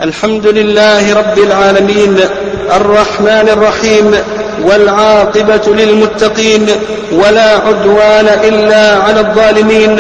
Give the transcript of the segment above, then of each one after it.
الحمد لله رب العالمين الرحمن الرحيم، والعاقبة للمتقين، ولا عدوان إلا على الظالمين.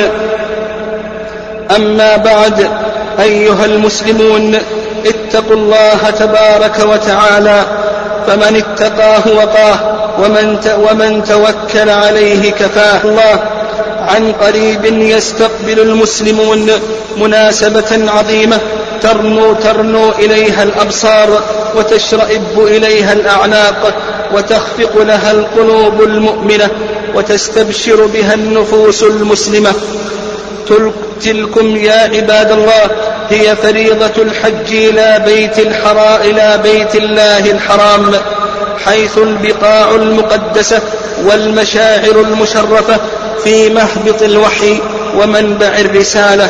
أما بعد، أيها المسلمون، اتقوا الله تبارك وتعالى، فمن اتقاه وقاه، ومن توكل عليه كفاه. الله عن قريب يستقبل المسلمون مناسبة عظيمة ترنو إليها الأبصار، وتشرئب إليها الأعناق، وتخفق لها القلوب المؤمنة، وتستبشر بها النفوس المسلمة. تلكم يا عباد الله هي فريضة الحج إلى بيت الله الحرام، حيث البقاع المقدسة والمشاعر المشرفة في مهبط الوحي ومنبع الرسالة.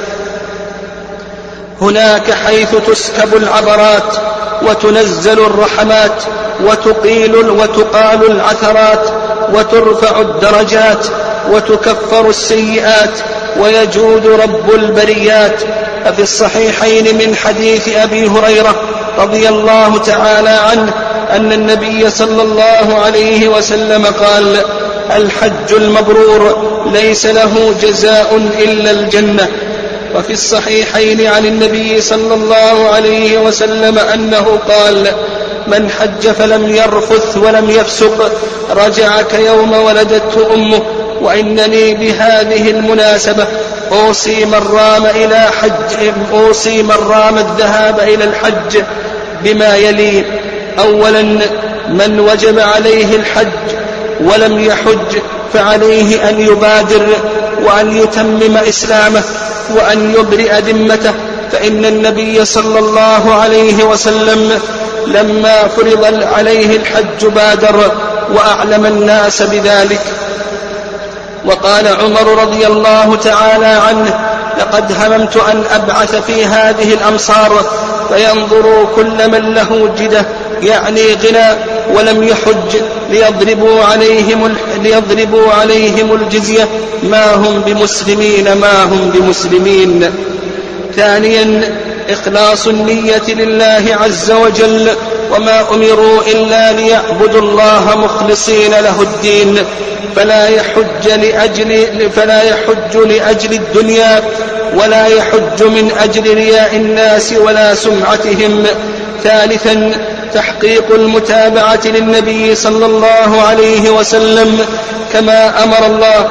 هناك حيث تسكب العبرات، وتنزل الرحمات، وتقال العثرات، وترفع الدرجات، وتكفر السيئات، ويجود رب البريات. ففي الصحيحين من حديث أبي هريرة رضي الله تعالى عنه أن النبي صلى الله عليه وسلم قال: الحج المبرور ليس له جزاء إلا الجنة. وفي الصحيحين عن النبي صلى الله عليه وسلم أنه قال: من حج فلم يرفث ولم يفسق رجع كيوم ولدته أمه. وإنني بهذه المناسبة أوصي من رام الذهاب إلى الحج بما يلي: أولا، من وجب عليه الحج ولم يحج فعليه أن يبادر، وأن يتمم إسلامه، وأن يبرئ ذمته، فإن النبي صلى الله عليه وسلم لما فرض عليه الحج بادر وأعلم الناس بذلك. وقال عمر رضي الله تعالى عنه: لقد هممت أن أبعث في هذه الأمصار فينظروا كل من له جدة، يعني غنى، ولم يحج، ليضربوا عليهم الجزية، ما هم بمسلمين. ثانيا، إخلاص النية لله عز وجل، وما أمروا إلا ليعبدوا الله مخلصين له الدين، فلا يحج لأجل الدنيا، ولا يحج من أجل رياء الناس ولا سمعتهم. ثالثا، تحقيق المتابعة للنبي صلى الله عليه وسلم كما أمر الله،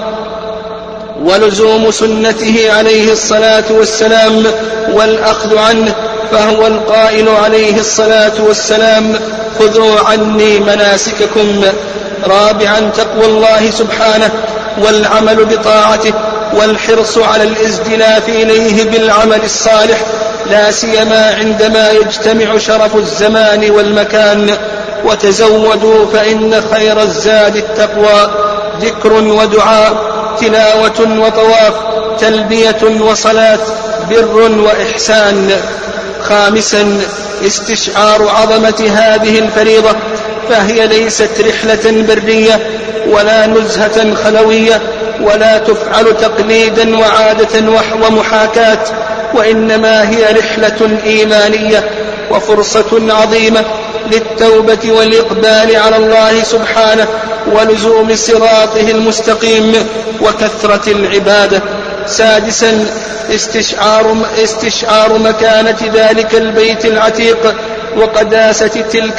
ولزوم سنته عليه الصلاة والسلام، والأخذ عنه، فهو القائل عليه الصلاة والسلام: خذوا عني مناسككم. رابعا، تقوى الله سبحانه والعمل بطاعته، والحرص على الازدلاف إليه بالعمل الصالح، لا سيما عندما يجتمع شرف الزمان والمكان. وتزودوا فإن خير الزاد التقوى، ذكر ودعاء، تلاوة وطواف، تلبية وصلاة، بر وإحسان. خامسا، استشعار عظمة هذه الفريضة، فهي ليست رحلة برية ولا نزهة خلوية، ولا تفعل تقليدا وعادة ومحاكاة، وإنما هي رحلة إيمانية وفرصة عظيمة للتوبة والإقبال على الله سبحانه، ولزوم صراطه المستقيم، وكثرة العبادة. سادسا، استشعار مكانة ذلك البيت العتيق، وقداسة تلك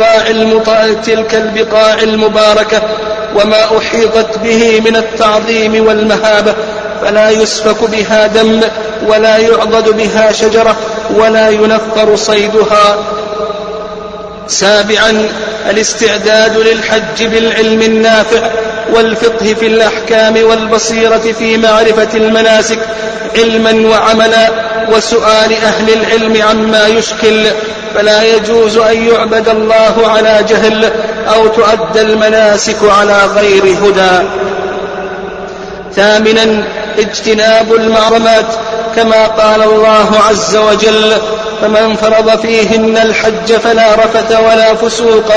البقاع المباركة، وما أحيطت به من التعظيم والمهابة، فلا يسفك بها دم، ولا يعضد بها شجرة، ولا ينفر صيدها. سابعا، الاستعداد للحج بالعلم النافع، والفقه في الأحكام، والبصيرة في معرفة المناسك علما وعملا، وسؤال أهل العلم عما يشكل، فلا يجوز أن يعبد الله على جهل، أو تؤدى المناسك على غير هدى. ثامنا، اجتناب المحرمات، كما قال الله عز وجل: فمن فرض فيهن الحج فلا رفث ولا فسوق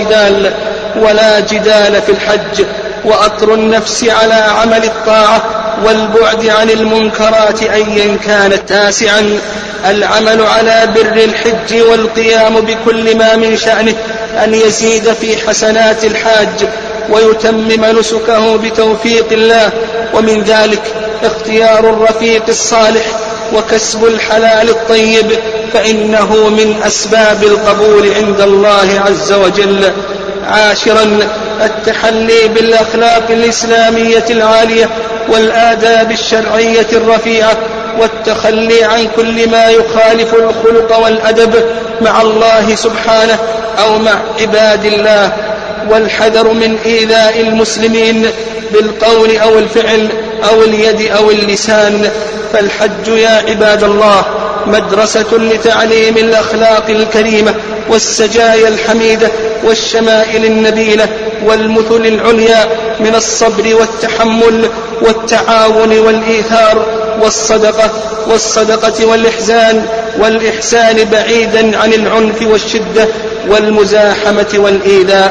ولا جدال في الحج. وأطر النفس على عمل الطاعة، والبعد عن المنكرات أيا كانت. 9 العمل على بر الحج والقيام بكل ما من شأنه أن يزيد في حسنات الحاج ويتمم نسكه بتوفيق الله، ومن ذلك اختيار الرفيق الصالح وكسب الحلال الطيب، فإنه من أسباب القبول عند الله عز وجل. 10 التحلي بالأخلاق الإسلامية العالية والآداب الشرعية الرفيعة، والتخلي عن كل ما يخالف الخلق والأدب مع الله سبحانه أو مع عباد الله، والحذر من إيذاء المسلمين بالقول أو الفعل أو اليد أو اللسان. فالحج يا عباد الله مدرسة لتعليم الأخلاق الكريمة والسجايا الحميدة والشمائل النبيلة والمثل العليا من الصبر والتحمل والتعاون والإيثار والصدقة والإحسان بعيدا عن العنف والشدة والمزاحمة والإيذاء.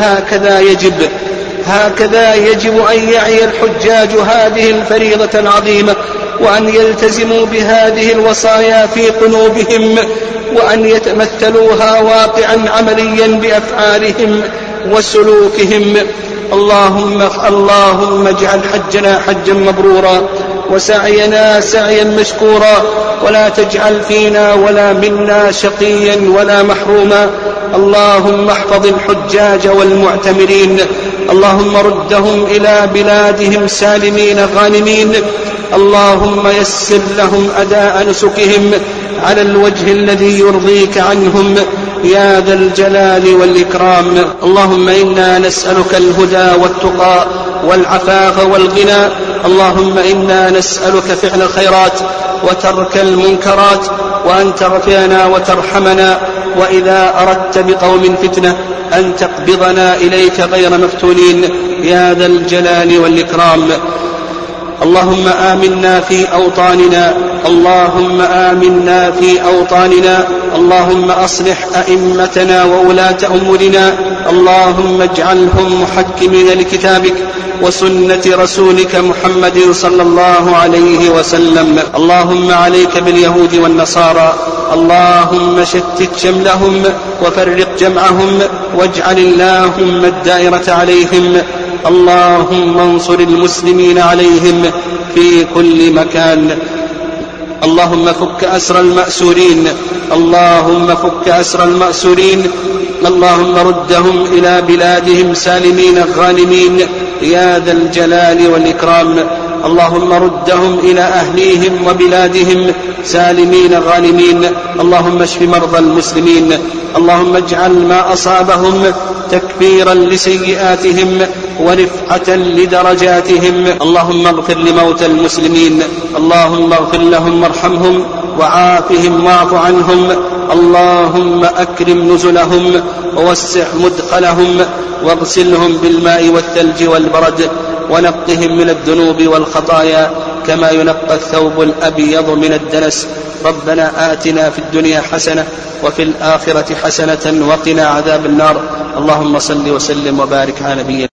هكذا يجب أن يعي الحجاج هذه الفريضة العظيمة، وأن يلتزموا بهذه الوصايا في قلوبهم، وأن يتمثلوها واقعا عمليا بأفعالهم وسلوكهم. اللهم اجعل حجنا حجا مبرورا وسعينا سعيا مشكورا، ولا تجعل فينا ولا منا شقيا ولا محروما. اللهم احفظ الحجاج والمعتمرين، اللهم ردهم إلى بلادهم سالمين غانمين. اللهم يسر لهم أداء نسكهم على الوجه الذي يرضيك عنهم يا ذا الجلال والإكرام. اللهم إنا نسألك الهدى والتقى والعفاف والغنى. اللهم إنا نسألك فعل الخيرات وترك المنكرات، وأن تغفرنا وترحمنا، وإذا أردت بقوم فتنة أن تقبضنا إليك غير مفتونين يا ذا الجلال والإكرام. اللهم آمنا في أوطاننا، اللهم آمنا في أوطاننا. اللهم أصلح أئمتنا وولاة أمورنا، اللهم اجعلهم محكمين لكتابك وسنة رسولك محمد صلى الله عليه وسلم. اللهم عليك باليهود والنصارى، اللهم شتت شملهم وفرق جمعهم، واجعل اللهم الدائرة عليهم. اللهم انصر المسلمين عليهم في كل مكان. اللهم فك أسر المأسورين، اللهم فك أسر المأسورين. اللهم ردهم إلى بلادهم سالمين غانمين يا ذا الجلال والإكرام. اللهم ردهم إلى أهليهم وبلادهم سالمين غانمين. اللهم اشف مرضى المسلمين، اللهم اجعل ما أصابهم تكفيرا لسيئاتهم ورفعة لدرجاتهم. اللهم اغفر لموتى المسلمين، اللهم اغفر لهم وارحمهم وعافهم واعف عنهم. اللهم أكرم نزلهم ووسع مدخلهم، واغسلهم بالماء والثلج والبرد، ونقهم من الذنوب والخطايا كما ينقى الثوب الأبيض من الدنس. ربنا آتنا في الدنيا حسنة وفي الآخرة حسنة وقنا عذاب النار. اللهم صل وسلم وبارك على نبينا